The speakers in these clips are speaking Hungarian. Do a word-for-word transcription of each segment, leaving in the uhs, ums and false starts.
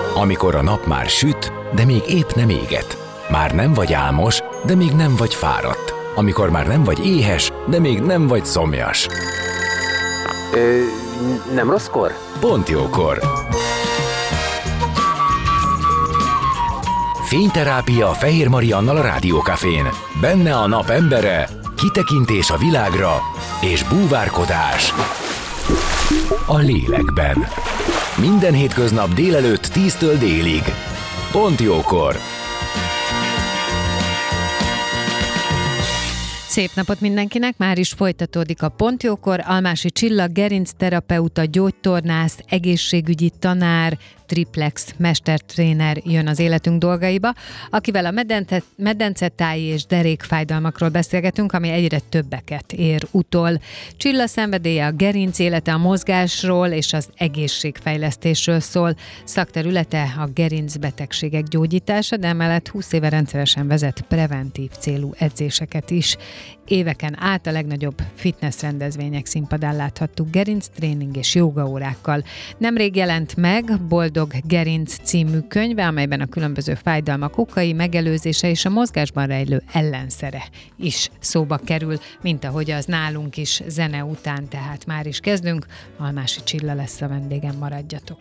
Amikor a nap már süt, de még épp nem éget. Már nem vagy álmos, de még nem vagy fáradt. Amikor már nem vagy éhes, de még nem vagy szomjas. Ö, nem rosszkor? Pont jókor. Fényterápia Fehér Mariannal a Rádiókafén. Benne a nap embere, kitekintés a világra és búvárkodás a lélekben. Minden hétköznap délelőtt tíztől délig. Pont jókor. Szép napot mindenkinek, már is folytatódik a Pont jókor. Almási Csilla, gerincterapeuta, gyógytornász, egészségügyi tanár, triplex mestertréner jön az életünk dolgaiba, akivel a medence, medencetáji és derékfájdalmakról beszélgetünk, ami egyre többeket ér utol. Csilla szenvedélye a gerinc élete, a mozgásról és az egészségfejlesztésről szól. Szakterülete a gerincbetegségek gyógyítása, de emellett húsz éve rendszeresen vezet preventív célú edzéseket is. Éveken át a legnagyobb fitness rendezvények színpadán láthattuk gerinctréning és jógaórákkal. Nemrég jelent meg Boldog Gerinc című könyve, amelyben a különböző fájdalmak okai, megelőzése és a mozgásban rejlő ellenszere is szóba kerül, mint ahogy az nálunk is zene után, tehát már is kezdünk. Almási Csilla lesz a vendégem, maradjatok!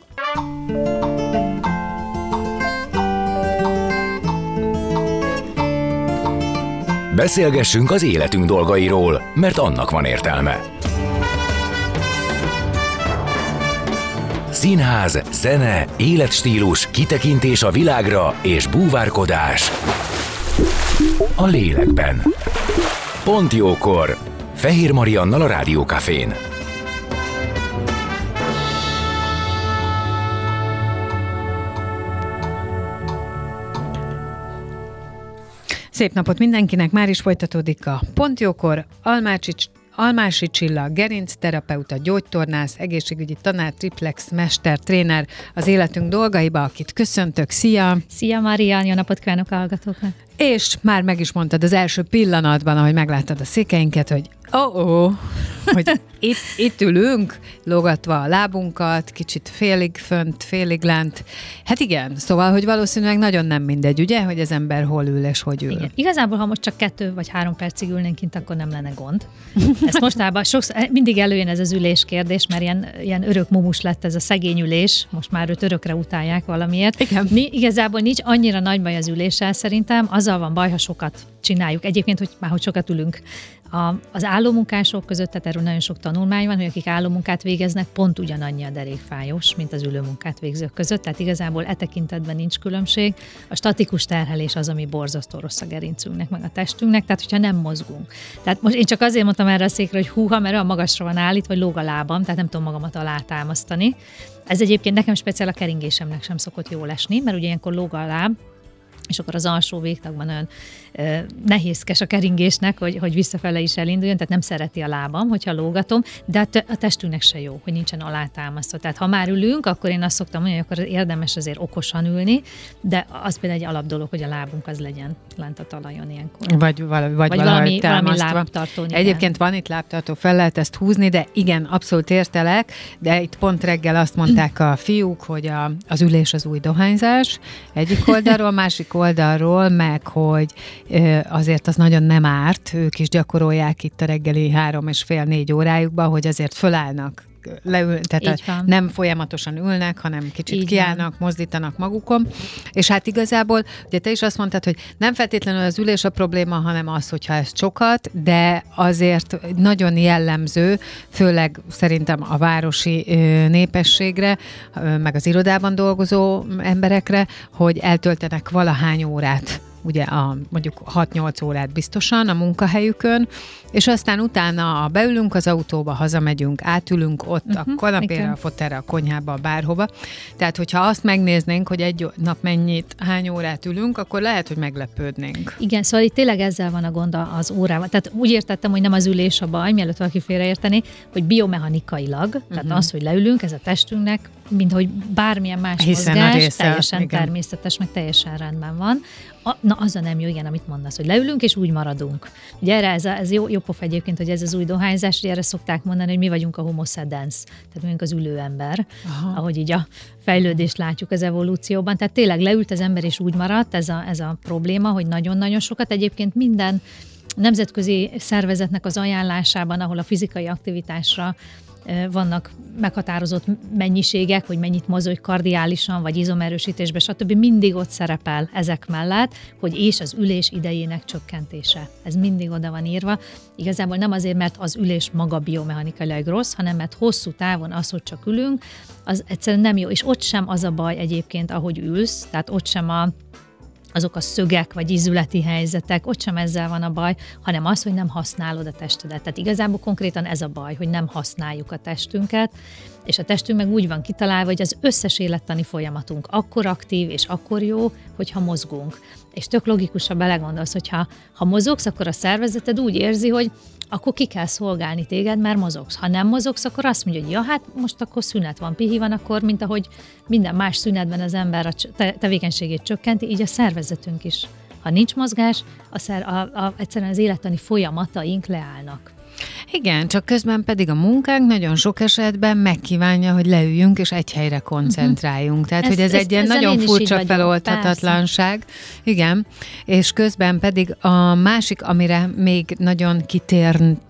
Beszélgessünk az életünk dolgairól, mert annak van értelme. Színház, zene, életstílus, kitekintés a világra és búvárkodás a lélekben. Pont jókor. Fehér Mariannal a Rádiókafén. Szép napot mindenkinek, már is folytatódik a Pont jókor. Almási, Almási Csilla, gerincterapeuta, gyógytornász, egészségügyi tanár, triplex mestertréner az életünk dolgaiba, akit köszöntök. Szia! Szia Marian, jó napot kívánok a hallgatóknak! És már meg is mondtad az első pillanatban, ahogy megláttad a székeinket, hogy oh-oh, hogy itt, itt ülünk, lógatva a lábunkat, kicsit félig fönt, félig lent. Hát igen, szóval, hogy valószínűleg nagyon nem mindegy, ugye, hogy az ember hol ül és hogy ül. Igen. Igazából, ha most csak kettő vagy három percig ülnénk kint, akkor nem lenne gond. Ezt mostában sokszor, mindig előjön ez az ülés kérdés, mert ilyen, ilyen örök mumus lett ez a szegény ülés, most már őt örökre utálják valamiért. Igen. Ni, igazából nincs annyira nagy baj az üléssel szerintem, azzal van baj, ha sokat csináljuk. Egyébként, hogy már hogy sokat ülünk. A, az állómunkások között, tehát erről nagyon sok tanulmány van, hogy akik állómunkát végeznek, pont ugyanannyi a derékfájós, mint az ülőmunkát végzők között, tehát igazából e tekintetben nincs különbség. A statikus terhelés az, ami borzasztó rossz a gerincünknek, meg a testünknek, tehát hogyha nem mozgunk. Tehát most én csak azért mondtam erre a székre, hogy húha, mert olyan magasra van állít, vagy lóg a lábam, tehát nem tudom magamat alátámasztani. Ez egyébként nekem speciál a keringésemnek sem szokott jól esni, mert ugye ilyenkor lóg a láb, és akkor az alsó végtagban olyan ö, nehézkes a keringésnek, hogy, hogy visszafele is elinduljon, tehát nem szereti a lábam, hogyha lógatom, de a, t- a testünknek se jó, hogy nincsen alátámasztva. Tehát ha már ülünk, akkor én azt szoktam mondani, hogy akkor érdemes azért okosan ülni, de az például egy alap dolog, hogy a lábunk az legyen lent a talajon ilyenkor. Vagy, val- vagy, vagy valami, valami lábtartó. Egyébként van itt lábtartó, fel lehet ezt húzni, de igen, abszolút értelek, de itt pont reggel azt mondták a fiúk, hogy a, az ülés az új dohányzás egyik oldalról, másik oldalról, meg hogy azért az nagyon nem árt, ők is gyakorolják itt a reggeli három és fél négy órájukban, hogy azért fölállnak, leül, tehát a, nem folyamatosan ülnek, hanem kicsit így kiállnak, van. Mozdítanak magukon, és hát igazából, ugye te is azt mondtad, hogy nem feltétlenül az ülés a probléma, hanem az, hogyha ez sokat, de azért nagyon jellemző, főleg szerintem a városi népességre, meg az irodában dolgozó emberekre, hogy eltöltenek valahány órát, ugye a, mondjuk hat-nyolc órát biztosan a munkahelyükön, és aztán utána beülünk az autóba, hazamegyünk, átülünk ott uh-huh, a kanapéra, a fotelre, a konyhába, bárhova. Tehát, hogyha azt megnéznénk, hogy egy nap mennyit, hány órát ülünk, akkor lehet, hogy meglepődnénk. Igen, szóval itt tényleg ezzel van a gond az órával. Tehát úgy értettem, hogy nem az ülés a baj, mielőtt valaki félreérteni, hogy biomechanikailag, tehát uh-huh. az, hogy leülünk, ez a testünknek mint hogy bármilyen más Hiszen a mozgás, része, teljesen igen. természetes, meg teljesen rendben van. A, na, az a nem jó, igen, amit mondasz, hogy leülünk, és úgy maradunk. Ugye erre ez, a, ez jó, jó pofa egyébként, hogy ez az új dohányzás, hogy erre szokták mondani, hogy mi vagyunk a homo sedens, tehát mi vagyunk az ülő ember, aha, ahogy így a fejlődést látjuk az evolúcióban. Tehát tényleg leült az ember, és úgy maradt, ez a, ez a probléma, hogy nagyon-nagyon sokat. Egyébként minden nemzetközi szervezetnek az ajánlásában, ahol a fizikai aktivitásra vannak meghatározott mennyiségek, hogy mennyit mozog kardiálisan, vagy izomerősítésbe, stb. Mindig ott szerepel ezek mellett, hogy és az ülés idejének csökkentése. Ez mindig oda van írva. Igazából nem azért, mert az ülés maga biomechanikailag rossz, hanem mert hosszú távon az, hogy csak ülünk, az egyszerűen nem jó. És ott sem az a baj egyébként, ahogy ülsz, tehát ott sem a azok a szögek, vagy ízületi helyzetek, ott sem ezzel van a baj, hanem az, hogy nem használod a testedet. Tehát igazából konkrétan ez a baj, hogy nem használjuk a testünket, és a testünk meg úgy van kitalálva, hogy az összes élettani folyamatunk akkor aktív, és akkor jó, hogyha mozgunk. És tök logikus, ha belegondolsz, hogy ha, ha mozogsz, akkor a szervezeted úgy érzi, hogy akkor ki kell szolgálni téged, mert mozogsz. Ha nem mozogsz, akkor azt mondja, hogy ja, hát most akkor szünet van, pihi van, akkor mint ahogy minden más szünetben az ember a te- tevékenységét csökkenti, így a szervezetünk is. Ha nincs mozgás, a szer- a, a, egyszerűen az élettani folyamataink leállnak. Igen, csak közben pedig a munkánk nagyon sok esetben megkívánja, hogy leüljünk és egy helyre koncentráljunk. Tehát, ezt, hogy ez ezt, egy ilyen nagyon furcsa feloldhatatlanság. Igen, és közben pedig a másik, amire még nagyon kitértünk,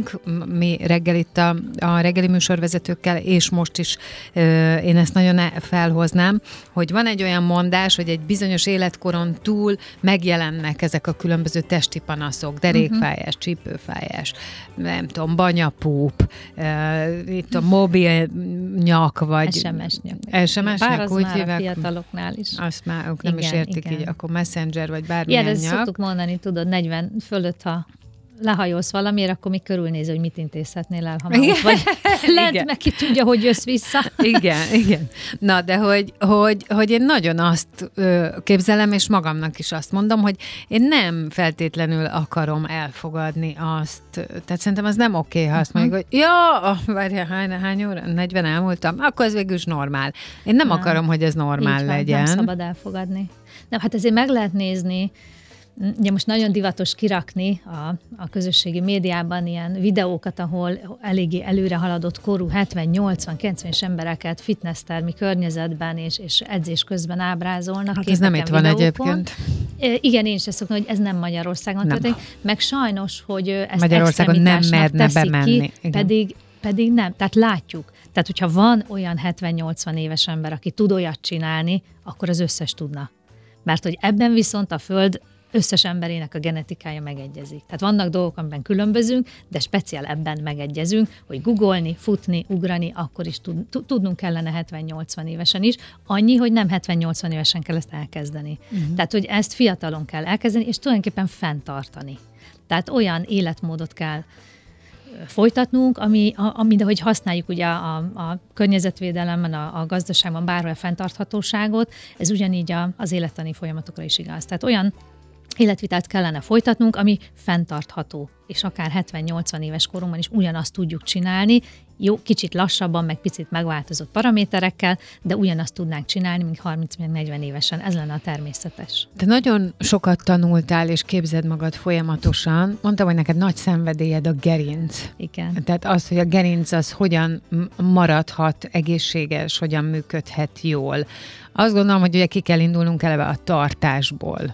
mi reggel itt a, a reggeli műsorvezetőkkel, és most is ö, én ezt nagyon felhoznám, hogy van egy olyan mondás, hogy egy bizonyos életkoron túl megjelennek ezek a különböző testi panaszok, derékfájás, csípőfájás, nem tudom, banyapúp, ö, itt a mobil nyak, vagy... es em es nyak. es em es nyak, úgy hívják. A fiataloknál is. Azt már ők nem igen, is értik igen. Így, akkor messenger, vagy bármilyen ilyen nyak. Ezt szoktuk mondani, tudod, negyven fölött, ha lehajolsz valamiért, akkor még körülnéz, hogy mit intézhetnél el, ha már ott vagy lent, meg ki tudja, hogy jössz vissza. Igen, igen. Na, de hogy, hogy, hogy én nagyon azt ö, képzelem, és magamnak is azt mondom, hogy én nem feltétlenül akarom elfogadni azt, tehát szerintem az nem oké, ha azt mondjuk, hogy ja, várjál, hány, hány óra? negyven elmúltam, akkor ez végül is normál. Én nem, nem. akarom, hogy ez normál így legyen. Nem szabad elfogadni. Nem, hát ezért meg lehet nézni, ugye most nagyon divatos kirakni a, a közösségi médiában ilyen videókat, ahol eléggé előre haladott korú hetven, nyolcvan, kilencvenes embereket fitnesstermi környezetben és, és edzés közben ábrázolnak. Hát ez nem itt van egyébként. Igen, én is ezt szoktam, hogy ez nem Magyarországon nem. történik. Meg sajnos, hogy ezt Magyarországon nem merne bemenni. Ki, pedig, pedig nem. Tehát látjuk. Tehát, hogyha van olyan hetven-nyolcvan éves ember, aki tud olyat csinálni, akkor az összes tudna. Mert hogy ebben viszont a Föld összes emberének a genetikája megegyezik. Tehát vannak dolgok, amiben különbözünk, de speciál ebben megegyezünk, hogy googolni, futni, ugrani, akkor is tud, tudnunk kellene hetven-nyolcvan évesen is. Annyi, hogy nem hetven-nyolcvan évesen kell ezt elkezdeni. Uh-huh. Tehát, hogy ezt fiatalon kell elkezdeni, és tulajdonképpen fenntartani. Tehát olyan életmódot kell folytatnunk, ami, ami de hogy használjuk ugye a, a környezetvédelemben, a, a gazdaságban bárhol a fenntarthatóságot, ez ugyanígy a, az élettani folyamatokra is igaz. Tehát olyan életvitát kellene folytatnunk, ami fenntartható, és akár hetven-nyolcvan éves korunkban is ugyanazt tudjuk csinálni, jó, kicsit lassabban, meg picit megváltozott paraméterekkel, de ugyanazt tudnánk csinálni, mint harminc-negyven évesen. Ez lenne a természetes. De nagyon sokat tanultál, és képzeld magad folyamatosan. Mondtam, hogy neked nagy szenvedélyed a gerinc. Igen. Tehát az, hogy a gerinc az hogyan maradhat egészséges, hogyan működhet jól. Azt gondolom, hogy ugye ki kell indulnunk eleve a tartásból.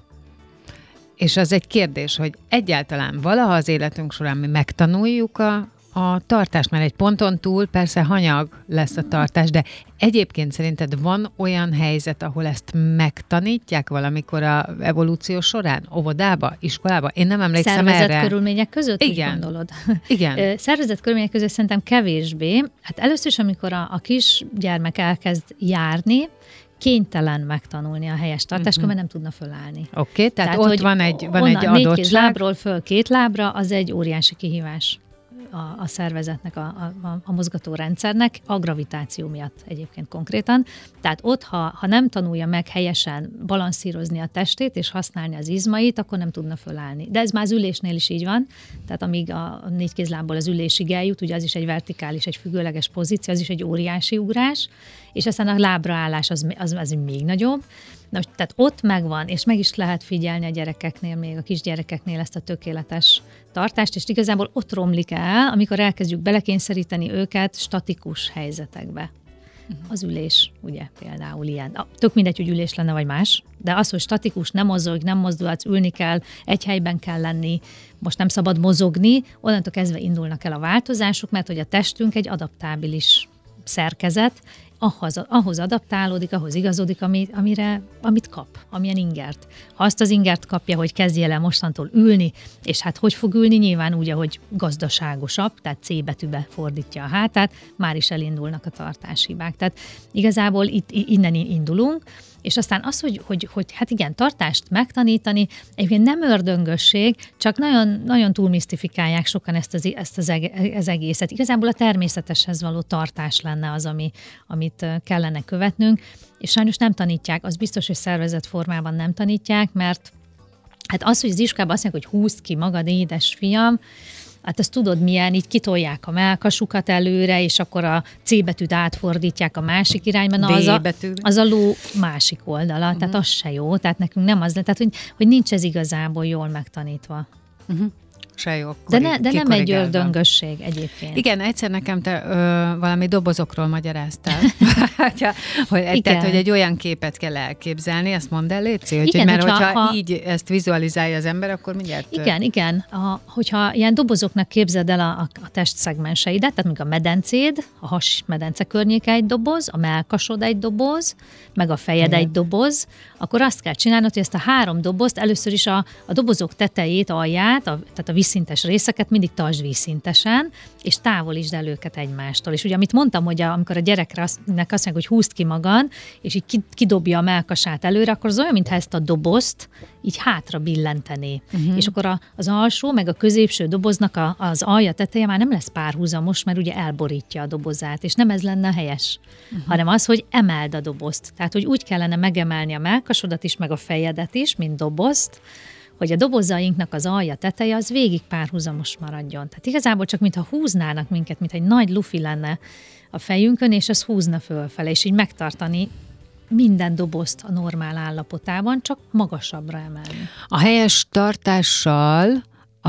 És az egy kérdés, hogy egyáltalán valaha az életünk során mi megtanuljuk a, a tartást, mert egy ponton túl persze hanyag lesz a tartás, de egyébként szerinted van olyan helyzet, ahol ezt megtanítják valamikor a evolúció során? Óvodába, iskolába? Én nem emlékszem Szervezett erre. körülmények között? Igen. Úgy gondolod? Igen. Szervezett körülmények között szerintem kevésbé. Hát először is, amikor a, a kis gyermek elkezd járni, kénytelen megtanulni a helyes tartást, uh-huh. mert nem tudna fölállni. Oké, okay, tehát, tehát ott van egy, van onnan, egy adottság. Négy kéz lábról föl két lábra, az egy óriási kihívás. a, a szervezetnek, a, a, a mozgató rendszernek, a gravitáció miatt egyébként konkrétan. Tehát ott, ha, ha nem tanulja meg helyesen balanszírozni a testét és használni az izmait, akkor nem tudna fölállni. De ez már az ülésnél is így van, tehát amíg a négy kézlábból az ülésig eljut, ugye az is egy vertikális, egy függőleges pozíció, az is egy óriási ugrás, és aztán a lábraállás az, az, az még nagyobb. Na, tehát ott megvan, és meg is lehet figyelni a gyerekeknél, még a kisgyerekeknél ezt a tökéletes tartást, és igazából ott romlik el, amikor elkezdjük belekényszeríteni őket statikus helyzetekbe. Az ülés, ugye például ilyen. Tök mindegy, hogy ülés lenne, vagy más, de az, hogy statikus, nem mozog, nem mozdulhatsz, ülni kell, egy helyben kell lenni, most nem szabad mozogni, onnantól kezdve indulnak el a változások, mert hogy a testünk egy adaptábilis szerkezet, ahhoz, ahhoz adaptálódik, ahhoz igazodik, ami, amire, amit kap, amilyen ingert. Ha azt az ingert kapja, hogy kezdje el mostantól ülni, és hát hogy fog ülni? Nyilván úgy, ahogy gazdaságosabb, tehát C betűbe fordítja a hátát, már is elindulnak a tartáshibák. Tehát igazából itt innen indulunk, és aztán az, hogy, hogy, hogy hát igen, tartást megtanítani, egyébként nem ördöngösség, csak nagyon, nagyon túlmisztifikálják sokan ezt az, ezt az, az egészet. Igazából a természeteshez való tartás lenne az, ami, amit kellene követnünk, és sajnos nem tanítják, az biztos, hogy szervezett formában nem tanítják, mert hát az, hogy az iskolában azt mondják, hogy húzd ki magad, édes fiam, hát ezt tudod milyen, így kitolják a mellkasukat előre, és akkor a C betűt átfordítják a másik irányba. Na, az, a, az a ló másik oldala, uh-huh. tehát az se jó, tehát nekünk nem az, tehát hogy, hogy nincs ez igazából jól megtanítva. Uh-huh. Se jó. De, ne, de nem egy ördöngösség egyébként. Igen, egyszer nekem te ö, valami dobozokról magyaráztál. hogy, tehát, hogy egy olyan képet kell elképzelni, azt mondd el, Léci, hogy, igen, mert hogyha, hogyha ha, így ezt vizualizálja az ember, akkor mindjárt... Igen, igen. A, hogyha ilyen dobozoknak képzeld el a, a, a testszegmenseidet, tehát mondjuk a medencéd, a hasmedence környéke egy doboz, a mellkasod egy doboz, meg a fejed igen. egy doboz, akkor azt kell csinálnod, hogy ezt a három dobozt először is a, a dobozok tetejét, alját, a, tehát a vízszintes részeket mindig tartsd vízszintesen, és távolítsd el őket egymástól. És ugye, amit mondtam, hogy a, amikor a gyerekre azt, azt mondják, hogy húzd ki magad, és így kidobja a mellkasát előre, akkor az olyan, mintha ezt a dobozt így hátra billentené. Uh-huh. És akkor a, az alsó, meg a középső doboznak a, az alja teteje már nem lesz párhuzamos, mert ugye elborítja a dobozát, és nem ez lenne helyes, uh-huh. hanem az, hogy emeld a dobozt. Tehát, hogy úgy kellene megemelni a mellkasodat is, meg a fejedet is, mint dobozt, hogy a dobozainknak az alja teteje az végig párhuzamos maradjon. Tehát igazából csak mintha húznának minket, mint egy nagy lufi lenne a fejünkön, és az húzna fölfele, és így megtartani minden dobozt a normál állapotában, csak magasabbra emelni. A helyes tartással a,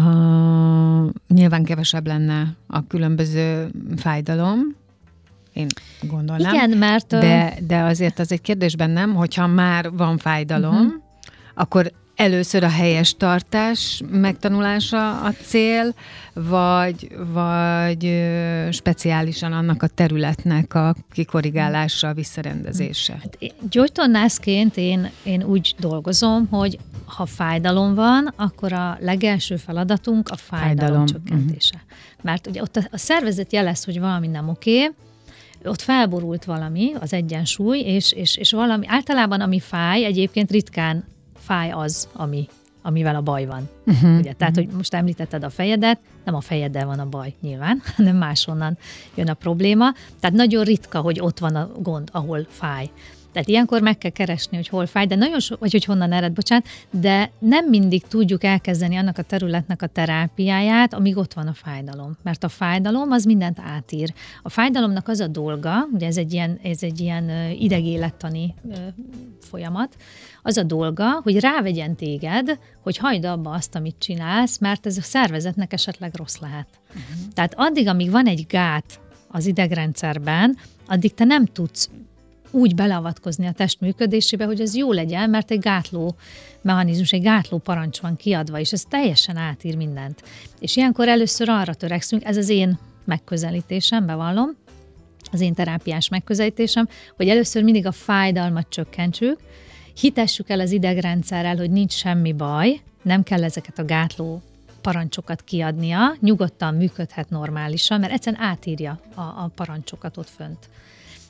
nyilván kevesebb lenne a különböző fájdalom, én gondolnám. Igen, mert... De, de azért az egy kérdés bennem, hogyha már van fájdalom, uh-huh. akkor először a helyes tartás megtanulása a cél, vagy, vagy ö, speciálisan annak a területnek a kikorrigálása, a visszarendezése? Hát, gyógytornászként én, én úgy dolgozom, hogy ha fájdalom van, akkor a legelső feladatunk a fájdalom, fájdalom. csökkentése. Uh-huh. Mert ugye ott a, a szervezet jelez, hogy valami nem oké, ott felborult valami, az egyensúly, és, és, és valami, általában ami fáj, egyébként ritkán fáj az, ami, amivel a baj van. Uh-huh. Ugye? Tehát, hogy most említetted a fejedet, nem a fejeddel van a baj nyilván, hanem máshonnan jön a probléma. Tehát nagyon ritka, hogy ott van a gond, ahol fáj. Tehát ilyenkor meg kell keresni, hogy hol fáj, de nagyon so, vagy hogy honnan ered, bocsánat, de nem mindig tudjuk elkezdeni annak a területnek a terápiáját, amíg ott van a fájdalom. Mert a fájdalom az mindent átír. A fájdalomnak az a dolga, ugye ez egy ilyen, ez egy ilyen idegélettani folyamat, az a dolga, hogy rávegyen téged, hogy hagyd abba azt, amit csinálsz, mert ez a szervezetnek esetleg rossz lehet. Uh-huh. Tehát addig, amíg van egy gát az idegrendszerben, addig te nem tudsz úgy beleavatkozni a test működésébe, hogy ez jó legyen, mert egy gátló mechanizmus, egy gátló parancs van kiadva, és ez teljesen átír mindent. És ilyenkor először arra törekszünk, ez az én megközelítésem, bevallom, az én terápiás megközelítésem, hogy először mindig a fájdalmat csökkentsük, hitessük el az idegrendszerrel, hogy nincs semmi baj, nem kell ezeket a gátló parancsokat kiadnia, nyugodtan működhet normálisan, mert egyszerűen átírja a, a parancsokat ott fönt.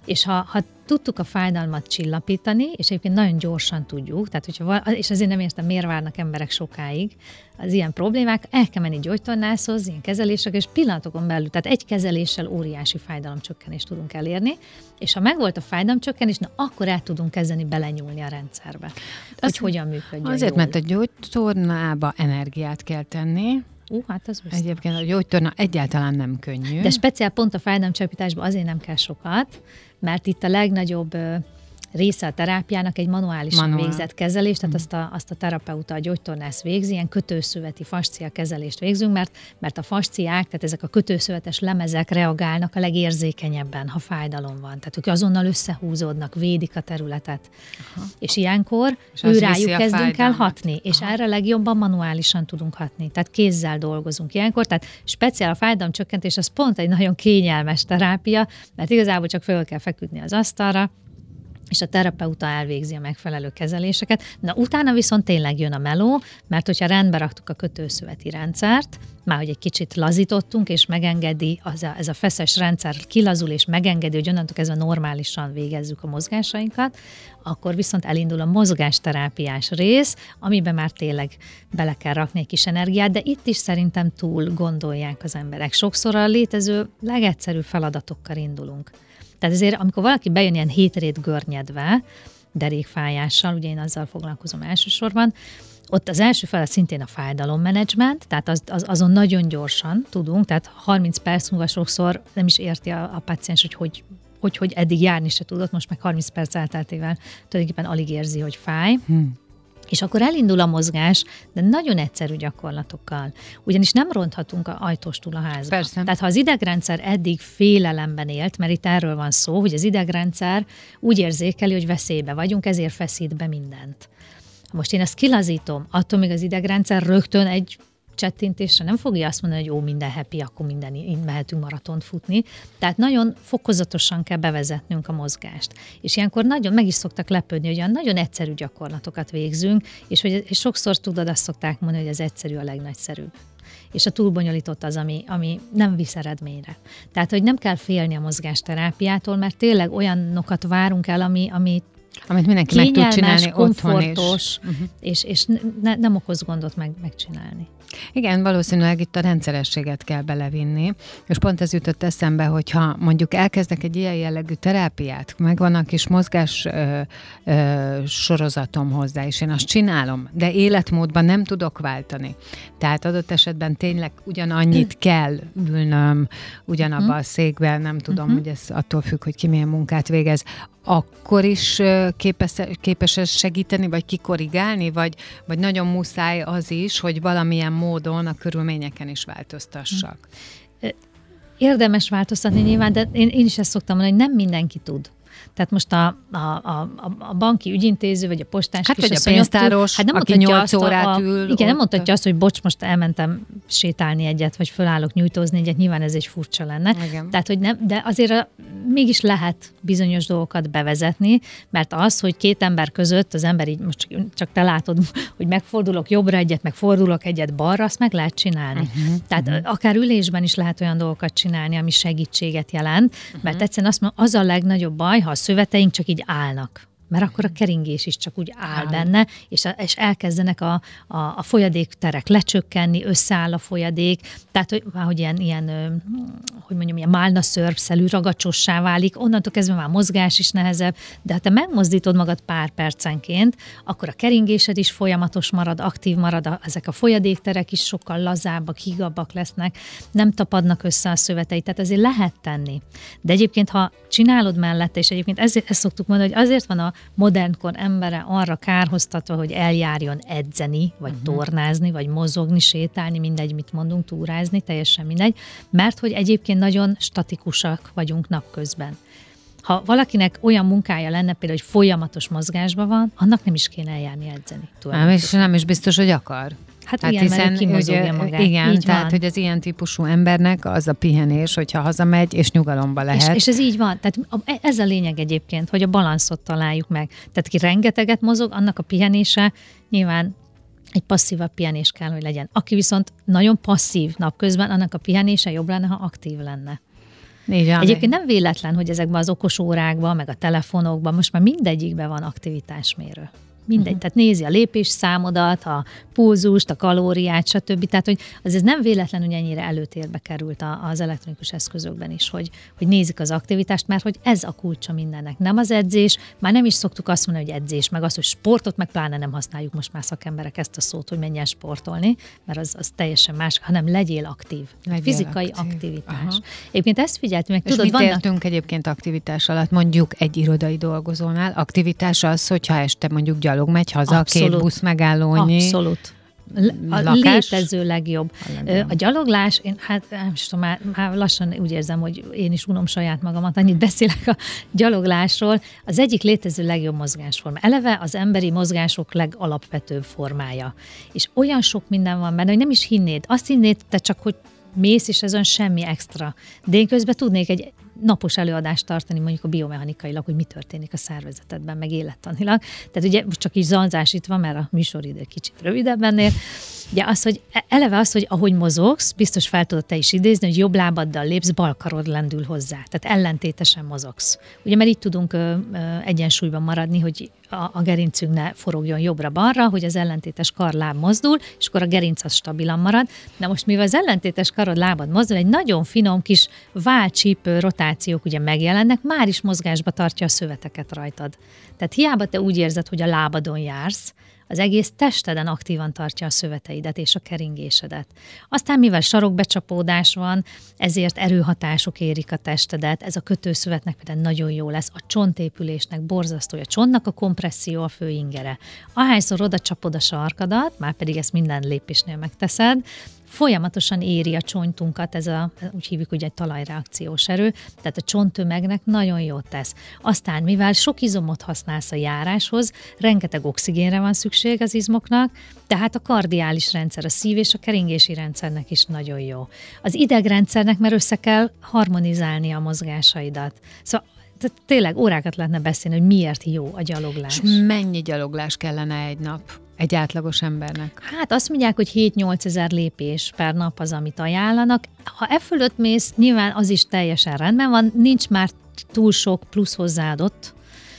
És ha, ha tudtuk a fájdalmat csillapítani, és egyébként nagyon gyorsan tudjuk, tehát hogyha val- és azért nem értem, miért várnak emberek sokáig az ilyen problémák, el kell menni gyógytornászhoz, ilyen kezelések, és pillanatokon belül, tehát egy kezeléssel óriási fájdalomcsökkenést tudunk elérni, és ha megvolt a fájdalomcsökkenés, na akkor el tudunk kezdeni belenyúlni a rendszerbe, hogy Azt hogyan működjön Azért, jól. mert a gyógytornába energiát kell tenni. Ú, hát az biztos. Egyébként a gyógytorna egyáltalán nem könnyű. De speciál pont a fájdalomcsillapításban azért nem kell sokat, mert itt a legnagyobb ö, része a terápiának egy manuálisan Manuál. végzett kezelés, tehát azt a, azt a terapeuta, a gyógytornász végzi, ilyen kötőszöveti fascia kezelést végzünk, mert, mert a fasciák, tehát ezek a kötőszövetes lemezek reagálnak a legérzékenyebben, ha fájdalom van. Tehát ők azonnal összehúzódnak, védik a területet. Aha. És ilyenkor és az ő viszi rájuk a kezdünk el fájdalmat. hatni, és Aha. erre legjobban manuálisan tudunk hatni. Tehát kézzel dolgozunk ilyenkor, tehát speciál a fájdalomcsökkentés az pont egy nagyon kényelmes terápia, mert igazából csak föl kell feküdni az asztalra, és a terapeuta elvégzi a megfelelő kezeléseket. Na, utána viszont tényleg jön a meló, mert hogyha rendbe raktuk a kötőszöveti rendszert, már hogy egy kicsit lazítottunk, és megengedi, az a, ez a feszes rendszer kilazul, és megengedi, hogy onnantól kezdve normálisan végezzük a mozgásainkat, akkor viszont elindul a mozgásterápiás rész, amiben már tényleg bele kell rakni egy kis energiát, de itt is szerintem túl gondolják az emberek. Sokszor a létező legegyszerűbb feladatokkal indulunk. Tehát ezért, amikor valaki bejön ilyen hétrét görnyedve, derékfájással, ugye én azzal foglalkozom elsősorban, ott az első feladat szintén a fájdalommenedzsment, tehát az, az, azon nagyon gyorsan tudunk, tehát harminc perc múlva sokszor nem is érti a, a páciens, hogy hogy, hogy hogy eddig járni se tudott, most meg harminc perc elteltével tulajdonképpen alig érzi, hogy fáj. Hmm. És akkor elindul a mozgás, de nagyon egyszerű gyakorlatokkal. Ugyanis nem ronthatunk a ajtóstól a házba. Persze. Tehát ha az idegrendszer eddig félelemben élt, mert itt erről van szó, hogy az idegrendszer úgy érzékeli, hogy veszélybe vagyunk, ezért feszít be mindent. Most én ezt kilazítom, attól még az idegrendszer rögtön egy csettintésre nem fogja azt mondani, hogy jó, minden happy, akkor minden, így mehetünk maratont futni. Tehát nagyon fokozatosan kell bevezetnünk a mozgást. És ilyenkor nagyon meg is szoktak lepődni, hogy olyan nagyon egyszerű gyakorlatokat végzünk, és, hogy, és sokszor tudod, azt szokták mondani, hogy az egyszerű a legnagyszerűbb. És a túlbonyolított az, ami, ami nem visz eredményre. Tehát, hogy nem kell félni a mozgásterápiától, mert tényleg olyanokat várunk el, ami, ami amit mindenki meg tud csinálni otthon is. Uh-huh. És, és ne, nem okoz gondot meg, megcsinálni. Igen, valószínűleg itt a rendszerességet kell belevinni, és pont ez jutott eszembe, hogyha mondjuk elkezdek egy ilyen jellegű terápiát, megvan a kis mozgás ö, ö, sorozatom hozzá, és én azt csinálom, de életmódban nem tudok váltani. Tehát adott esetben tényleg ugyanannyit kell ülnöm, ugyanabba a székben, nem tudom, uh-huh. hogy ez attól függ, hogy ki milyen munkát végez, akkor is képes, képes ez segíteni, vagy kikorrigálni, vagy, vagy nagyon muszáj az is, hogy valamilyen módon a körülményeken is változtassak. Érdemes változtatni nyilván, de én, én is ezt szoktam mondani, hogy nem mindenki tud. Tehát most a, a, a, a banki ügyintéző, vagy a postás hát kisasszony, vagy a pénztáros, hát nem aki nyolc órát ül. A, igen, nem mondhatja azt, hogy bocs, most elmentem sétálni egyet, vagy fölállok nyújtózni egyet, nyilván ez egy furcsa lenne. Igen. Tehát, hogy nem, de azért a, mégis lehet bizonyos dolgokat bevezetni, mert az, hogy két ember között az ember így, most csak te látod, hogy megfordulok jobbra egyet, megfordulok egyet balra, azt meg lehet csinálni. Uh-huh, Tehát uh-huh. akár ülésben is lehet olyan dolgokat csinálni, ami segítséget jelent, uh-huh. mert egyszerűen azt mondom, az a legnagyobb baj, ha a szöveteink csak így állnak. Mert akkor a keringés is csak úgy áll Áll. benne, és, a, és elkezdenek a, a, a folyadékterek lecsökkenni, összeáll a folyadék, tehát hogy, hogy ilyen, ilyen, hogy mondjam, ilyen málnaszörpszelű ragacsossá válik, onnantól kezdve már mozgás is nehezebb, de ha te megmozdítod magad pár percenként, akkor a keringésed is folyamatos marad, aktív marad, a, ezek a folyadékterek is sokkal lazábbak, hígabbak lesznek, nem tapadnak össze a szövetei, tehát azért lehet tenni. De egyébként, ha csinálod mellette, és egyébként ezért, ezt szoktuk mondani, hogy azért van a modernkor embere arra kárhoztatva, hogy eljárjon edzeni, vagy uh-huh. tornázni, vagy mozogni, sétálni, mindegy, mit mondunk, túrázni, teljesen mindegy, mert hogy egyébként nagyon statikusak vagyunk napközben. Ha valakinek olyan munkája lenne például, hogy folyamatos mozgásban van, annak nem is kéne eljárni edzeni. Nem, és nem is biztos, hogy akar. Hát tehát igen, hiszen, mert kimozogja magát. Igen, így tehát van. hogy az ilyen típusú embernek az a pihenés, hogyha hazamegy, és nyugalomba lehet. És, és ez így van. Tehát ez a lényeg egyébként, hogy a balanszot találjuk meg. Tehát ki rengeteget mozog, annak a pihenése nyilván egy passzívabb pihenés kell, hogy legyen. Aki viszont nagyon passzív napközben, annak a pihenése jobb lenne, ha aktív lenne. Igen, Egyébként nem véletlen, hogy ezekben az okos órákban, meg a telefonokban most már mindegyikben van aktivitásmérő. Mindegy, uh-huh. Tehát nézi a lépésszámodat, a pulzust, a kalóriát, stb. Tehát, hogy az ez nem véletlen, hogy ennyire előtérbe került az elektronikus eszközökben is, hogy, hogy nézik az aktivitást, mert hogy ez a kulcsa mindennek. Nem az edzés, már nem is szoktuk azt mondani, hogy edzés, meg az, hogy sportot, meg pláne nem használjuk most már szakemberek ezt a szót, hogy menjen sportolni, mert az, az teljesen más, hanem legyél aktív. Legyél fizikai aktív. aktivitás. Aha. Egyébként ezt figyeltünk meg. És tudod, mit vannak... értünk egyébként aktivitás alatt? Mondjuk egy irodai dolgozónál aktivitás az, hogyha este mondjuk gyalog megy haza, Abszolút. két busz megállónyi. Abszolút. A lakás? Létező legjobb. A, legjobb. A gyaloglás, én hát nem tudom, már, már lassan úgy érzem, hogy én is unom saját magamat, annyit beszélek a gyaloglásról. Az egyik létező legjobb mozgásforma. Eleve az emberi mozgások legalapvetőbb formája. És olyan sok minden van benne, hogy nem is hinnéd. Azt hinnéd, te csak, hogy mész, és ez olyan semmi extra. De én közben tudnék egy napos előadást tartani, mondjuk a biomechanikailag, hogy mi történik a szervezetedben, meg élettanilag. Tehát ugye most csak így zanzásítva, mert a műsoridő kicsit rövidebb ennél. Ugye az, hogy eleve az, hogy ahogy mozogsz, biztos fel tudod te is idézni, hogy jobb lábaddal lépsz, bal karod lendül hozzá. Tehát ellentétesen mozogsz. Ugye, mert így tudunk ö, ö, egyensúlyban maradni, hogy a, a gerincünk ne forogjon jobbra-balra, hogy az ellentétes karláb mozdul, és akkor a gerinc az stabilan marad. Na most, mivel az ellentétes karod lábad mozdul, egy nagyon finom kis válcsípő rotációk ugye megjelennek, már is mozgásba tartja a szöveteket rajtad. Tehát hiába te úgy érzed, hogy a lábadon jársz, az egész testeden aktívan tartja a szöveteidet és a keringésedet. Aztán mivel sarokbecsapódás van, ezért erőhatások érik a testedet, ez a kötőszövetnek például nagyon jó lesz, a csontépülésnek borzasztó, a csontnak a kompresszió a fő ingere. Ahányszor oda csapod a sarkadat, már pedig ezt minden lépésnél megteszed, folyamatosan éri a csontunkat, ez a, úgy hívjuk, hogy egy talajreakciós erő, tehát a csonttömegnek nagyon jót tesz. Aztán, mivel sok izomot használsz a járáshoz, rengeteg oxigénre van szükség az izmoknak, tehát a kardiális rendszer, a szív- és a keringési rendszernek is nagyon jó. Az idegrendszernek, mert össze kell harmonizálni a mozgásaidat. Szóval tehát tényleg órákat lehetne beszélni, hogy miért jó a gyaloglás. És mennyi gyaloglás kellene egy nap egy átlagos embernek? Hát azt mondják, hogy hét-nyolc ezer lépés per nap az, amit ajánlanak. Ha e fölött mész, nyilván az is teljesen rendben van, nincs már túl sok plusz hozzáadott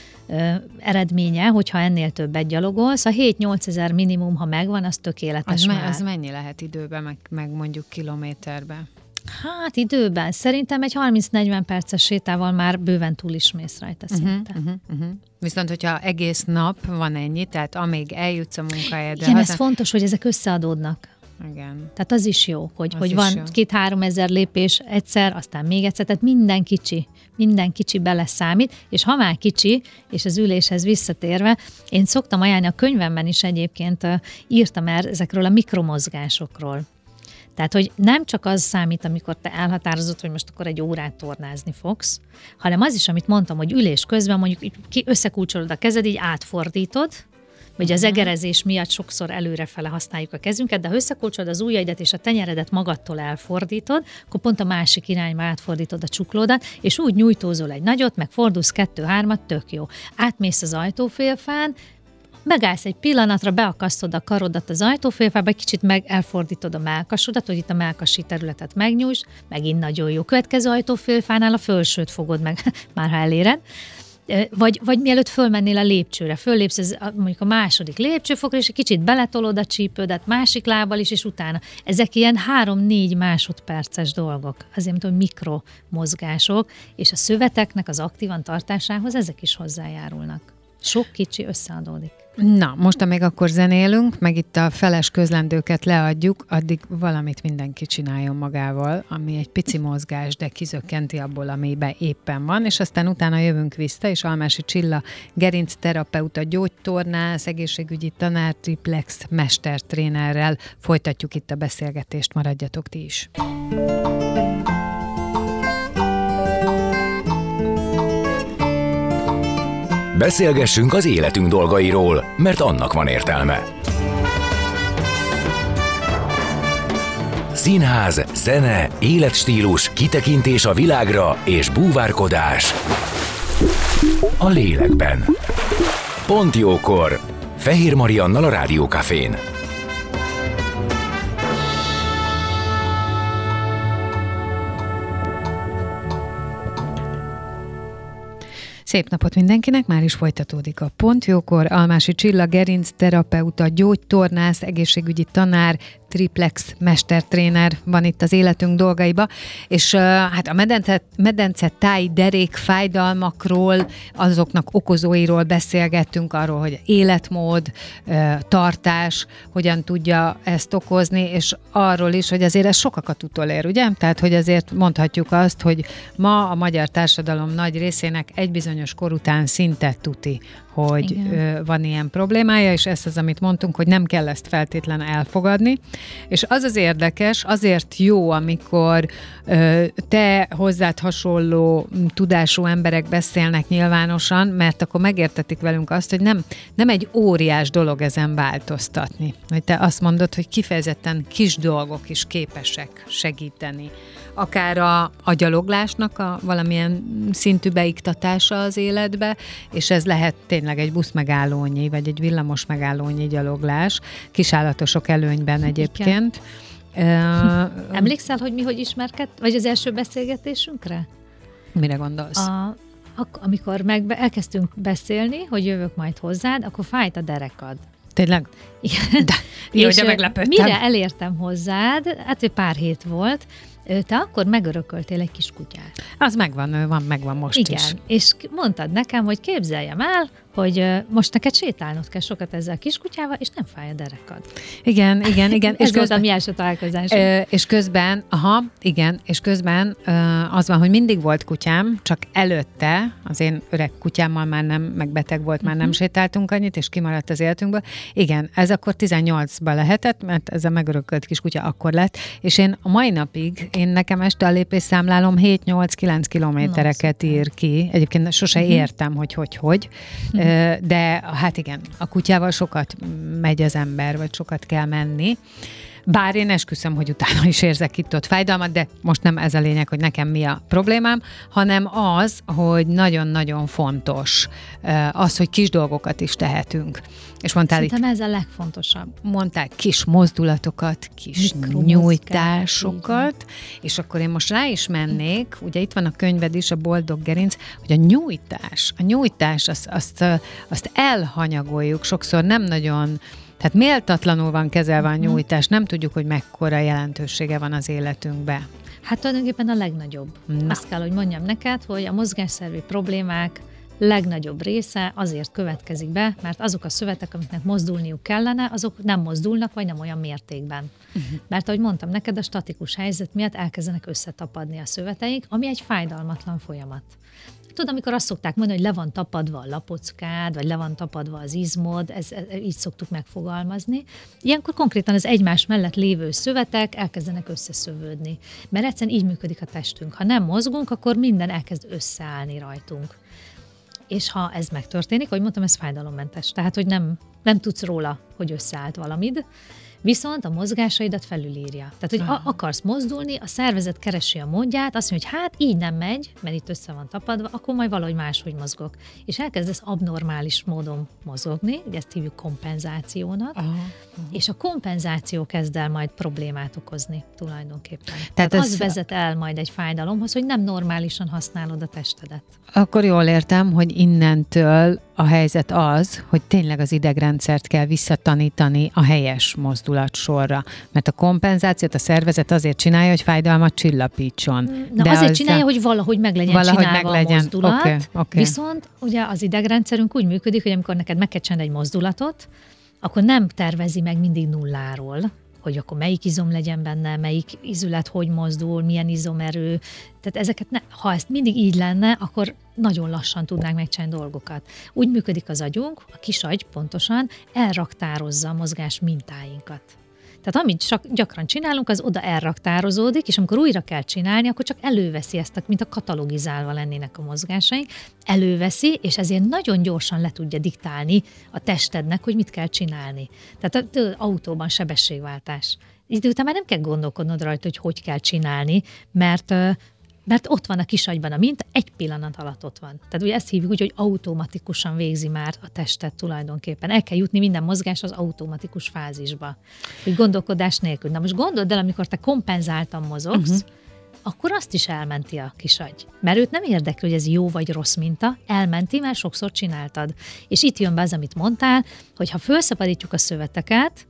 ö, eredménye, hogyha ennél többet gyalogolsz. A hét-nyolc ezer minimum, ha megvan, az tökéletes az már. Me, az mennyi lehet időben, meg, meg mondjuk kilométerben? Hát időben. Szerintem egy harminc-negyven perces sétával már bőven túl is mész rajta uh-huh, szinte. Uh-huh, uh-huh. Viszont, hogyha egész nap van ennyi, tehát amíg eljutsz a munkahelyedre... Igen, ez fontos, hogy ezek összeadódnak. Igen. Tehát az is jó, hogy, hogy is van két-három ezer lépés egyszer, aztán még egyszer, tehát minden kicsi, minden kicsi beleszámít, és ha már kicsi, és az üléshez visszatérve, én szoktam ajánlani, a könyvemben is egyébként írtam el ezekről a mikromozgásokról. Tehát, hogy nem csak az számít, amikor te elhatározod, hogy most akkor egy órát tornázni fogsz, hanem az is, amit mondtam, hogy ülés közben mondjuk ki összekulcsolod a kezed, így átfordítod, vagy az egerezés miatt sokszor előrefele használjuk a kezünket, de ha összekulcsolod az ujjaidat és a tenyeredet magadtól elfordítod, akkor pont a másik irányba átfordítod a csuklódat, és úgy nyújtózol egy nagyot, meg fordulsz kettő-hármat, tök jó. Átmész az ajtófélfán, megállsz egy pillanatra, beakasztod a karodat az ajtófélfába, egy kicsit meg elfordítod a mellkasodat, hogy itt a mellkasi területet megnyújts, megint nagyon jó. Következő ajtófélfánál a fölsőt fogod meg, már ha eléred. Vagy, vagy mielőtt fölmennél a lépcsőre, föllépsz ez, mondjuk a második lépcsőfokra, és egy kicsit beletolod a csípődet másik lábbal is, és utána. Ezek ilyen három-négy másodperces dolgok, azért, mint mikromozgások, és a szöveteknek az aktívan tartásához ezek is hozzájárulnak. Sok kicsi összeadódik. Na, most amíg akkor zenélünk, meg itt a feles közlendőket leadjuk, addig valamit mindenki csináljon magával, ami egy pici mozgás, de kizökkenti abból, amiben éppen van, és aztán utána jövünk vissza, és Almási Csilla gerincterapeuta, gyógytornász, egészségügyi tanár, triplex mestertrénerrel folytatjuk itt a beszélgetést, maradjatok ti is. Beszélgessünk az életünk dolgairól, mert annak van értelme. Színház, zene, életstílus, kitekintés a világra és búvárkodás a lélekben. Pont jókor! Fehér Mariannal a Rádió Cafén. Szép napot mindenkinek, már is folytatódik a Pont Jókor. Almási Csilla gerincterapeuta, gyógytornász, egészségügyi tanár, triplex mestertréner van itt az életünk dolgaiba, és uh, hát a medence, medence táj derék fájdalmakról, azoknak okozóiról beszélgettünk, arról, hogy életmód, uh, tartás, hogyan tudja ezt okozni, és arról is, hogy azért ez sokakat utolér, ugye? Tehát, hogy azért mondhatjuk azt, hogy ma a magyar társadalom nagy részének egy bizonyos kor után szinte tuti, hogy ö, van ilyen problémája, és ez az, amit mondtunk, hogy nem kell ezt feltétlen elfogadni. És az az érdekes, azért jó, amikor ö, te hozzád hasonló tudású emberek beszélnek nyilvánosan, mert akkor megértetik velünk azt, hogy nem, nem egy óriás dolog ezen változtatni. Hogy te azt mondod, hogy kifejezetten kis dolgok is képesek segíteni. Akár a, a gyaloglásnak a valamilyen szintű beiktatása az életbe, és ez lehet tényleg egy busz megállónyi, vagy egy villamos megállónyi gyaloglás, kisállatosok előnyben egyébként. Uh, Emlékszel, hogy mi hogy ismerkedt, vagy az első beszélgetésünkre? Mire gondolsz? A, ak- amikor meg elkezdtünk beszélni, hogy jövök majd hozzád, akkor fájt a derekad. Tényleg? Igen. De, jó, és de meglepődtem. Mire elértem hozzád, hát egy pár hét volt, te akkor megörököltél egy kis kutyát. Az megvan, van, megvan most Igen, is. És mondtad nekem, hogy képzeljem el, hogy most neked sétálnod kell sokat ezzel a kiskutyával, és nem fáj a derekad. Igen, igen, igen. Ez és volt közben, a mi első találkozás. Ö, és közben, aha, igen, és közben ö, az van, hogy mindig volt kutyám, csak előtte, az én öreg kutyámmal már nem, meg beteg volt, már uh-huh. nem sétáltunk annyit, és kimaradt az életünkből. Igen, ez akkor tizennyolcban lehetett, mert ez a megörökölt kis kutya akkor lett, és én a mai napig, én nekem este a lépésszámlálom hét-nyolc-kilenc kilométereket no, ír ki. Egyébként sose uh-huh. értem, hogy hogy-hogy. Uh-huh. De hát igen, a kutyával sokat megy az ember, vagy sokat kell menni. Bár én esküszöm, hogy utána is érzek itt-ott fájdalmat, de most nem ez a lényeg, hogy nekem mi a problémám, hanem az, hogy nagyon-nagyon fontos az, hogy kis dolgokat is tehetünk. És mondtál Szerintem itt, ez a legfontosabb. Mondták kis mozdulatokat, kis nyújtásokat, és akkor én most rá is mennék, ugye itt van a könyved is, a Boldog Gerinc, hogy a nyújtás, a nyújtás, azt, azt, azt elhanyagoljuk, sokszor nem nagyon. Tehát méltatlanul van kezelve a nyújtás, nem tudjuk, hogy mekkora jelentősége van az életünkben. Hát tulajdonképpen a legnagyobb. Na. Azt kell, hogy mondjam neked, hogy a mozgásszervi problémák legnagyobb része azért következik be, mert azok a szövetek, amiknek mozdulniuk kellene, azok nem mozdulnak, vagy nem olyan mértékben. Uh-huh. Mert ahogy mondtam neked, a statikus helyzet miatt elkezdenek összetapadni a szöveteink, ami egy fájdalmatlan folyamat. Tudod, amikor azt szokták mondani, hogy le van tapadva a lapockád, vagy le van tapadva az izmod, ez, ez, így szoktuk megfogalmazni. Ilyenkor konkrétan az egymás mellett lévő szövetek elkezdenek összeszövődni. Mert egyszerűen így működik a testünk. Ha nem mozgunk, akkor minden elkezd összeállni rajtunk. És ha ez megtörténik, ahogy mondtam, ez fájdalommentes. Tehát, hogy nem, nem tudsz róla, hogy összeállt valamid, viszont a mozgásaidat felülírja. Tehát, hogy a- akarsz mozdulni, a szervezet keresi a módját, azt mondja, hogy hát így nem megy, mert itt össze van tapadva, akkor majd valahogy máshogy mozgok. És elkezdesz abnormális módon mozogni, ugye ezt hívjuk kompenzációnak, aha, aha. és a kompenzáció kezd el majd problémát okozni tulajdonképpen. Tehát, Tehát az vezet el majd egy fájdalomhoz, hogy nem normálisan használod a testedet. Akkor jól értem, hogy innentől a helyzet az, hogy tényleg az idegrendszert kell visszatanítani a helyes mozdulatsorra. Mert a kompenzációt a szervezet azért csinálja, hogy fájdalmat csillapítson. Na De azért az csinálja, hogy valahogy meg legyen valahogy csinálva meg legyen. a mozdulat, okay, okay. viszont ugye az idegrendszerünk úgy működik, hogy amikor neked meg kell csinálni egy mozdulatot, akkor nem tervezi meg mindig nulláról, hogy akkor melyik izom legyen benne, melyik izület hogy mozdul, milyen izomerő. Tehát ezeket, ne, ha ezt mindig így lenne, akkor nagyon lassan tudnánk megcsinálni dolgokat. Úgy működik az agyunk, a kisagy pontosan elraktározza a mozgás mintáinkat. Tehát amit csak gyakran csinálunk, az oda elraktározódik, és amikor újra kell csinálni, akkor csak előveszi ezt, mint a katalogizálva lennének a mozgásaink, előveszi, és ezért nagyon gyorsan le tudja diktálni a testednek, hogy mit kell csinálni. Tehát az autóban sebességváltás. Idő után már nem kell gondolkodnod rajta, hogy hogy kell csinálni, mert mert ott van a kisagyban a minta, egy pillanat alatt ott van. Tehát ugye ezt hívjuk úgy, hogy automatikusan végzi már a testet tulajdonképpen. El kell jutni minden mozgás az automatikus fázisba. Hogy gondolkodás nélkül. Na most gondold el, amikor te kompenzáltan mozogsz, uh-huh. akkor azt is elmenti a kisagy. Mert őt nem érdekli, hogy ez jó vagy rossz minta, elmenti, mert sokszor csináltad. És itt jön be az, amit mondtál, hogy ha felszabadítjuk a szöveteket,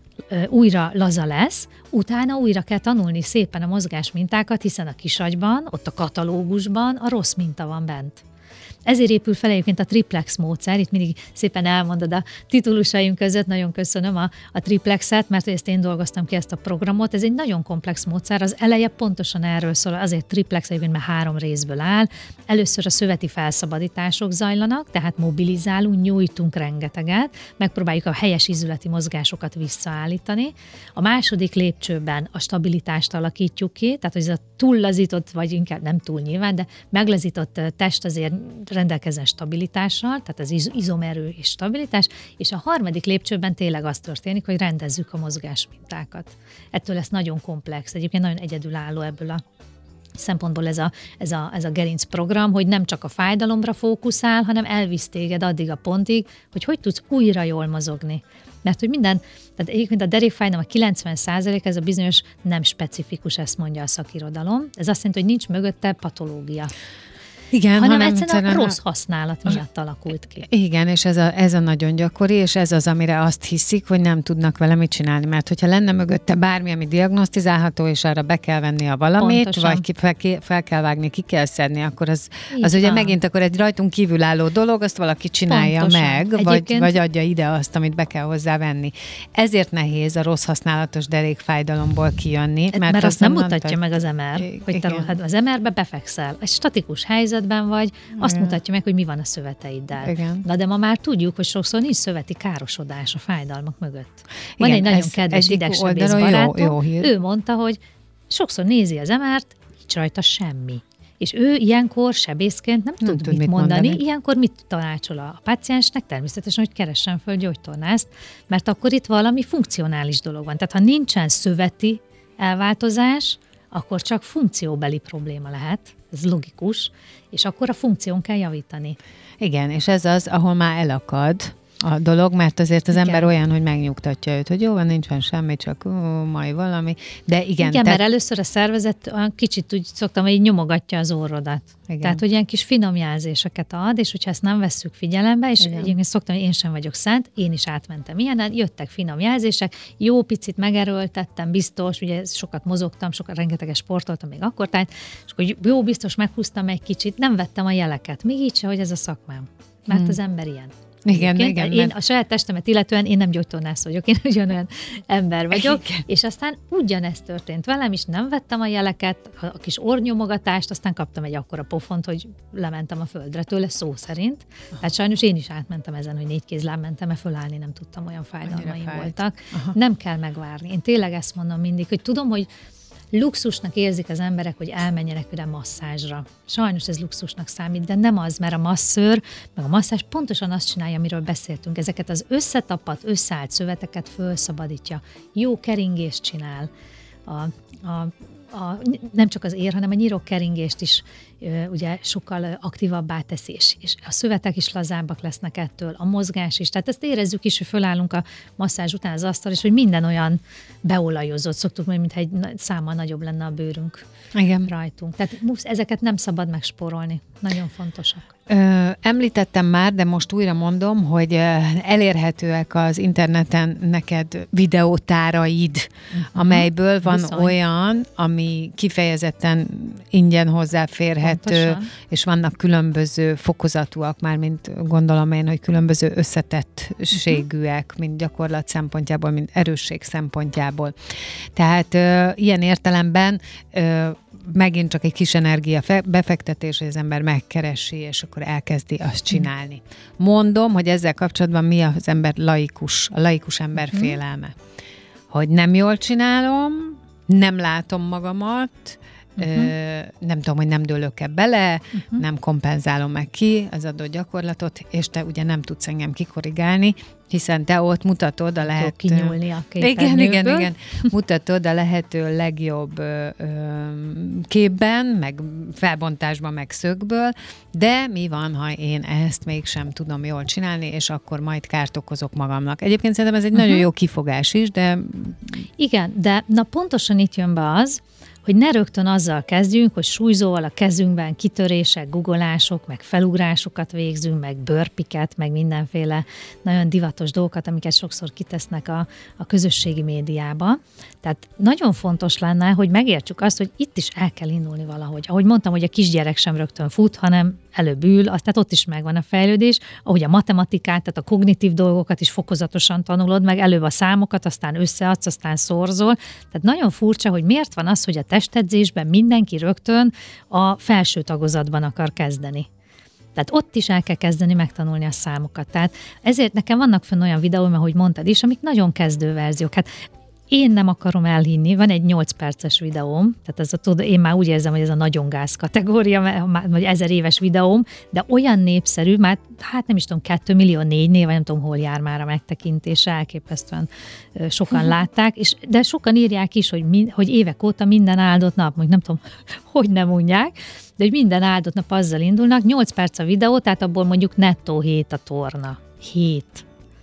újra laza lesz, utána újra kell tanulni szépen a mozgásmintákat, hiszen a kisagyban, ott a katalógusban a rossz minta van bent. Ezért épül fel egyébként a triplex módszer, itt mindig szépen elmondod a titulusaim között, nagyon köszönöm a, a triplexet, mert ezt én dolgoztam ki ezt a programot, ez egy nagyon komplex módszer, az eleje pontosan erről szól, azért triplex egyébként már három részből áll. Először a szöveti felszabadítások zajlanak, tehát mobilizálunk, nyújtunk rengeteget, megpróbáljuk a helyes ízületi mozgásokat visszaállítani. A második lépcsőben a stabilitást alakítjuk ki, tehát hogy ez a túllazított, vagy inkább nem túl nyilván, de meglazított test azért rendelkezzen stabilitással, tehát az izomerő és stabilitás, és a harmadik lépcsőben tényleg az történik, hogy rendezzük a mozgásmintákat. Ettől lesz nagyon komplex, egyébként nagyon egyedülálló ebből a szempontból ez a, ez, a, ez a gerinc program, hogy nem csak a fájdalomra fókuszál, hanem elvisz téged addig a pontig, hogy hogy tudsz újra jól mozogni. Mert hogy minden, tehát egyébként a derékfájdalom a kilencven százalék, ez a bizonyos nem specifikus, ezt mondja a szakirodalom. Ez azt jelenti, hogy nincs mögötte patológia. Igen, hanem, hanem egyszerűen a egyszerűen rossz használat miatt alakult ki. Igen, és ez a, ez a nagyon gyakori, és ez az, amire azt hiszik, hogy nem tudnak vele mit csinálni, mert hogyha lenne mögötte bármi, ami diagnosztizálható, és arra be kell venni a valamit, pontosan. Vagy ki, fel, ki, fel kell vágni, ki kell szedni, akkor az, az ugye megint akkor egy rajtunk kívülálló dolog, azt valaki csinálja pontosan. Meg, vagy, vagy adja ide azt, amit be kell hozzá venni. Ezért nehéz a rossz használatos derékfájdalomból kijönni. Mert, mert azt, azt nem mutatja nem meg az em er, I- hogy te az em erbe befekszel. Egy statikus helyzet vagy, azt igen. mutatja meg, hogy mi van a szöveteiddel. Igen. Na de ma már tudjuk, hogy sokszor nincs szöveti károsodás a fájdalmak mögött. Van igen, egy nagyon kedves idegsebész barátom, jó, jó ő mondta, hogy sokszor nézi az em ert, nincs rajta semmi. És ő ilyenkor sebészként nem, nem tud, tud mit, mit mondani. mondani, ilyenkor mit tanácsol a páciensnek? Természetesen, hogy keressen föl gyógytornászt, mert akkor itt valami funkcionális dolog van. Tehát ha nincsen szöveti elváltozás, akkor csak funkcióbeli probléma lehet, ez logikus, és akkor a funkción kell javítani. Igen, és ez az, ahol már elakad a dolog, mert azért az igen. ember olyan, hogy megnyugtatja őt, hogy jó van, nincs van semmi, csak ó, majd valami, de igen. Igen, te... mert először a szervezet kicsit úgy szoktam, hogy nyomogatja az orrodat. Igen. Tehát, hogy ilyen kis finom jelzéseket ad, és hogyha ezt nem vesszük figyelembe, és igen. egyébként szoktam, hogy én sem vagyok szent, én is átmentem ilyenen, jöttek finom jelzések, jó picit megerőltettem, biztos, ugye sokat mozogtam, sokat rengeteges sportoltam még akkor, tehát, és akkor jó, biztos meghúztam egy kicsit, nem vettem a jeleket, még így se, hogy ez a szakmám, mert hmm. az ember ilyen. Igen, igen, én a saját testemet illetően én nem gyógytornász vagyok, én ugyanolyan ember vagyok, igen. és aztán ugyanezt történt velem, és nem vettem a jeleket, a kis orrnyomogatást, aztán kaptam egy akkora pofont, hogy lementem a földre tőle, szó szerint. Tehát sajnos én is átmentem ezen, hogy négy kézláb mentem, mert fölállni nem tudtam, olyan fájdalmaim voltak. Aha. Nem kell megvárni. Én tényleg ezt mondom mindig, hogy tudom, hogy luxusnak érzik az emberek, hogy elmenjenek például masszázsra. Sajnos ez luxusnak számít, de nem az, mert a masszőr, meg a masszázs pontosan azt csinálja, amiről beszéltünk. Ezeket az összetapadt, összeállt szöveteket fölszabadítja. Jó keringést csinál. A, a, a, nem csak az ér, hanem a nyirokkeringést is ugye sokkal aktívabbá teszi, és, és a szövetek is lazábbak lesznek ettől, a mozgás is. Tehát ezt érezzük is, hogy fölállunk a masszázs után az asztal, és hogy minden olyan beolajozott, szoktuk mondani, mintha egy számmal nagyobb lenne a bőrünk igen. rajtunk. Tehát ezeket nem szabad megspórolni. Nagyon fontosak. Ö, említettem már, de most újra mondom, hogy elérhetőek az interneten neked videótáraid, uh-huh. amelyből van Viszont. olyan, ami kifejezetten ingyen hozzáférhető, Pontosan. és vannak különböző fokozatúak, már mint gondolom én, hogy különböző összetettségűek, uh-huh. mint gyakorlat szempontjából, mint erősség szempontjából. Tehát ö, ilyen értelemben ö, megint csak egy kis energia befektetés, hogy az ember megkeresi, és akkor elkezdi azt csinálni. Mondom, hogy ezzel kapcsolatban mi az ember laikus, a laikus ember uh-huh. félelme. Hogy nem jól csinálom, nem látom magamat, Uh-huh. Ö, nem tudom, hogy nem dőlök-e bele, uh-huh. nem kompenzálom meg ki az adott gyakorlatot, és te ugye nem tudsz engem kikorrigálni, hiszen te ott mutatod a lehető... kinyúlni a képernyőből. Igen, igen, igen. Mutatod a lehető legjobb ö, ö, képben, meg felbontásban, meg szögből, de mi van, ha én ezt mégsem tudom jól csinálni, és akkor majd kárt okozok magamnak. Egyébként szerintem ez egy uh-huh. nagyon jó kifogás is, de... Igen, de na pontosan itt jön be az, hogy ne rögtön azzal kezdjünk, hogy súlyzóval a kezünkben kitörések, guggolások, meg felugrásokat végzünk, meg bőrpiket, meg mindenféle nagyon divatos dolgokat, amiket sokszor kitesznek a, a közösségi médiába. Tehát nagyon fontos lenne, hogy megértsük azt, hogy itt is el kell indulni valahogy. Ahogy mondtam, hogy a kisgyerek sem rögtön fut, hanem előbb ül, azt, tehát ott is megvan a fejlődés, ahogy a matematikát, tehát a kognitív dolgokat is fokozatosan tanulod meg, előbb a számokat, aztán összeadsz, aztán szorzol. Tehát nagyon furcsa, hogy miért van az, hogy a testedzésben mindenki rögtön a felső tagozatban akar kezdeni. Tehát ott is el kell kezdeni megtanulni a számokat. Tehát ezért nekem vannak fönn olyan videóim, ahogy mondtad is, amik nagyon kezdő verziók. Hát én nem akarom elhinni, van egy nyolc perces videóm, tehát ez a, tudod, én már úgy érzem, hogy ez a nagyon gáz kategória, vagy ezer éves videóm, de olyan népszerű, már hát nem is tudom, kettő millió négynél, vagy nem tudom, hol jár már a megtekintése, elképesztően sokan látták, és, de sokan írják is, hogy, mi, hogy évek óta minden áldott nap, mondjuk nem tudom, hogy nem mondják, de hogy minden áldott nap azzal indulnak, nyolc perc a videó, tehát abból mondjuk nettó hét a torna. hét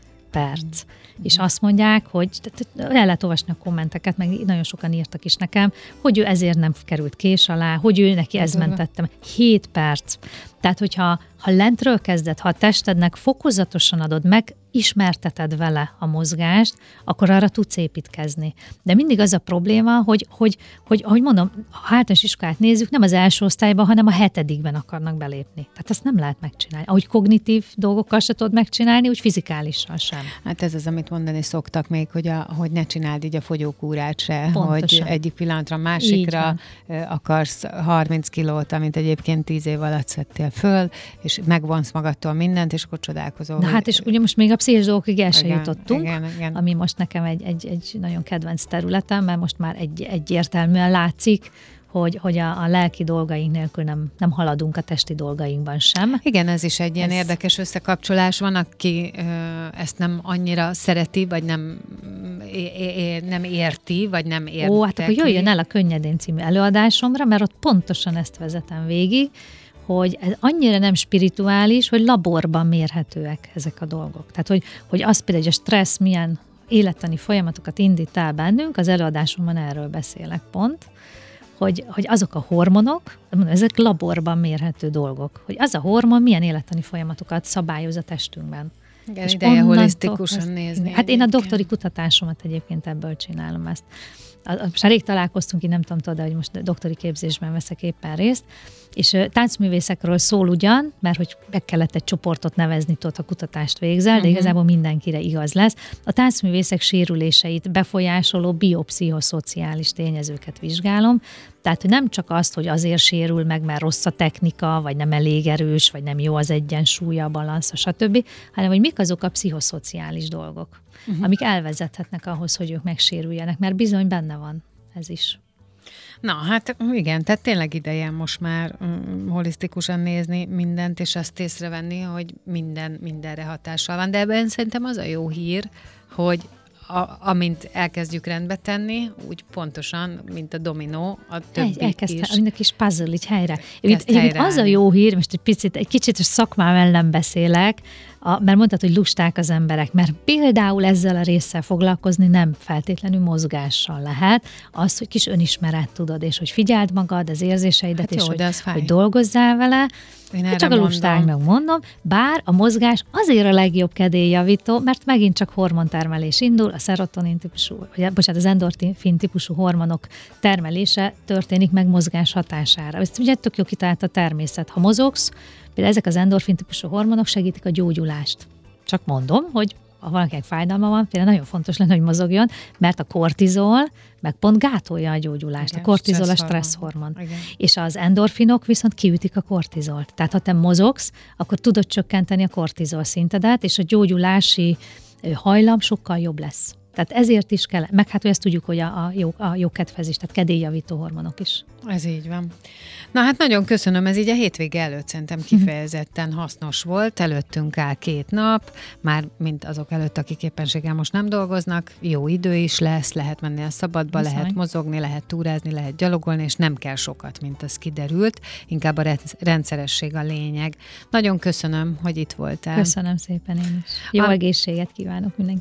perc. És azt mondják, hogy el lehet olvasni a kommenteket, meg nagyon sokan írtak is nekem, hogy ő ezért nem került kés alá, hogy ő neki ez mentettem. hét perc. Tehát, hogyha ha lentről kezded, ha a testednek fokozatosan adod, meg ismerteted vele a mozgást, akkor arra tudsz építkezni. De mindig az a probléma, hogy, hogy, hogy ahogy mondom, ha általános iskolát nézzük, nem az első osztályban, hanem a hetedikben akarnak belépni. Tehát azt nem lehet megcsinálni. Ahogy kognitív dolgokkal se tudod megcsinálni, úgy fizikálissal sem. Hát ez az, amit mondani szoktak még, hogy, a, hogy ne csináld így a fogyókúrát se, Pontosan. hogy egyik pillanatra másikra akarsz harminc kilót, amit egyébként tíz év alatt szedtél föl, és megvonsz magadtól mindent, és akkor csodálkozol. Na hát, és ugye most még a pszichés dolgokig el se jutottunk, igen, igen. ami most nekem egy, egy, egy nagyon kedvenc területem, mert most már egy, egyértelműen látszik, hogy, hogy a, a lelki dolgaink nélkül nem, nem haladunk a testi dolgainkban sem. Igen, ez is egy ilyen ez... érdekes összekapcsolás van, aki ö, ezt nem annyira szereti, vagy nem, é, é, nem érti, vagy nem érti. Ó, hát akkor jöjjön el a Könnyedén című előadásomra, mert ott pontosan ezt vezetem végig, hogy ez annyira nem spirituális, hogy laborban mérhetőek ezek a dolgok. Tehát, hogy, hogy az például, hogy a stressz milyen élettani folyamatokat indít el bennünk, az előadásomban erről beszélek pont, hogy, hogy azok a hormonok, ezek laborban mérhető dolgok, hogy az a hormon milyen élettani folyamatokat szabályoz a testünkben. Igen, ideje holisztikusan ezt, nézni. Hát én a doktori kutatásomat egyébként ebből csinálom ezt. Most rég találkoztunk, én nem tudom, tudod, de hogy most doktori képzésben veszek éppen részt, és táncművészekről szól ugyan, mert hogy meg kellett egy csoportot nevezni, tudod, a kutatást végzel, uh-huh. de igazából mindenkire igaz lesz. A táncművészek sérüléseit befolyásoló biopszichoszociális tényezőket vizsgálom, tehát hogy nem csak azt, hogy azért sérül meg, mert rossz a technika, vagy nem elég erős, vagy nem jó az egyensúly, a balansz, stb., hanem hogy mik azok a pszichoszociális dolgok, uh-huh. amik elvezethetnek ahhoz, hogy ők megsérüljenek, mert bizony benne van ez is. Na, hát igen, tehát tényleg ideje most már um, holisztikusan nézni mindent, és azt észrevenni, hogy minden mindenre hatással van. De ebben szerintem az a jó hír, hogy a, amint elkezdjük rendbe tenni, úgy pontosan, mint a dominó, a többi elkezdte, is. Mint a kis puzzle így helyre. helyre az a jó hír, most egy picit, egy kicsit a szakmám ellen beszélek, a, mert mondtad, hogy lusták az emberek, mert például ezzel a résszel foglalkozni nem feltétlenül mozgással lehet, az, hogy kis önismeret tudod, és hogy figyeld magad, az érzéseidet, hát és jó, hogy, hogy dolgozzál vele. Hát csak a lustáknak mondom, bár a mozgás azért a legjobb kedélyjavító, mert megint csak hormontermelés indul, a szerotonin típusú, vagy, bocsánat, az endorfin típusú hormonok termelése történik meg mozgás hatására. Ezt ugye tök jó kitalált a természet. Ha mozogsz, például ezek az endorfin típusú hormonok segítik a gyógyulást. Csak mondom, hogy ha valakinek fájdalma van, például nagyon fontos lenne, hogy mozogjon, mert a kortizol meg pont gátolja a gyógyulást. Igen, a kortizol a stresszhormon. És az endorfinok viszont kiütik a kortizolt. Tehát ha te mozogsz, akkor tudod csökkenteni a kortizol szintedet, és a gyógyulási hajlam sokkal jobb lesz. Tehát ezért is kell, meg hát, hogy ezt tudjuk, hogy a, a, jó, a jó kedvezés, tehát kedélyjavító hormonok is. Ez így van. Na hát nagyon köszönöm, ez így a hétvége előtt szerintem kifejezetten hasznos volt. Előttünk áll két nap, már mint azok előtt, akik éppenséggel most nem dolgoznak, jó idő is lesz, lehet menni a szabadba, Viszont. lehet mozogni, lehet túrázni, lehet gyalogolni, és nem kell sokat, mint az kiderült. Inkább a rendszeresség a lényeg. Nagyon köszönöm, hogy itt voltál. Köszönöm szépen én is. Jó a... egészséget kívánok mindenkinek.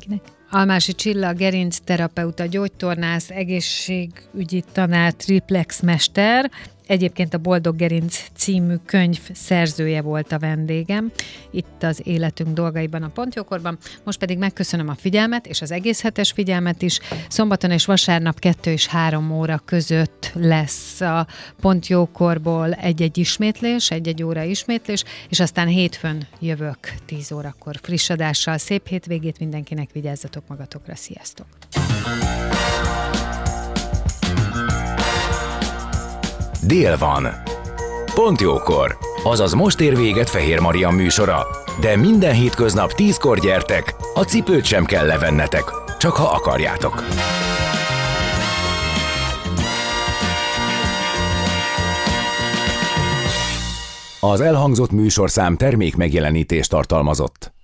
Almási Csilla, gerincterapeuta, gyógytornász, egészségügyi tanár, triplex mester, egyébként a Boldog Gerinc című könyv szerzője volt a vendégem, itt az Életünk dolgaiban a Pontjókorban. Most pedig megköszönöm a figyelmet, és az egész hetes figyelmet is. Szombaton és vasárnap kettő és három óra között lesz a Pontjókorból egy-egy ismétlés, egy-egy óra ismétlés, és aztán hétfőn jövök tíz órakor friss adással. Szép hétvégét mindenkinek, vigyázzatok magatokra, sziasztok! Dél van. Pont jókor. Azaz most ér véget Fehér Maria műsora. De minden hétköznap tízkor gyertek, a cipőt sem kell levennetek, csak ha akarjátok. Az elhangzott műsorszám termék megjelenítést tartalmazott.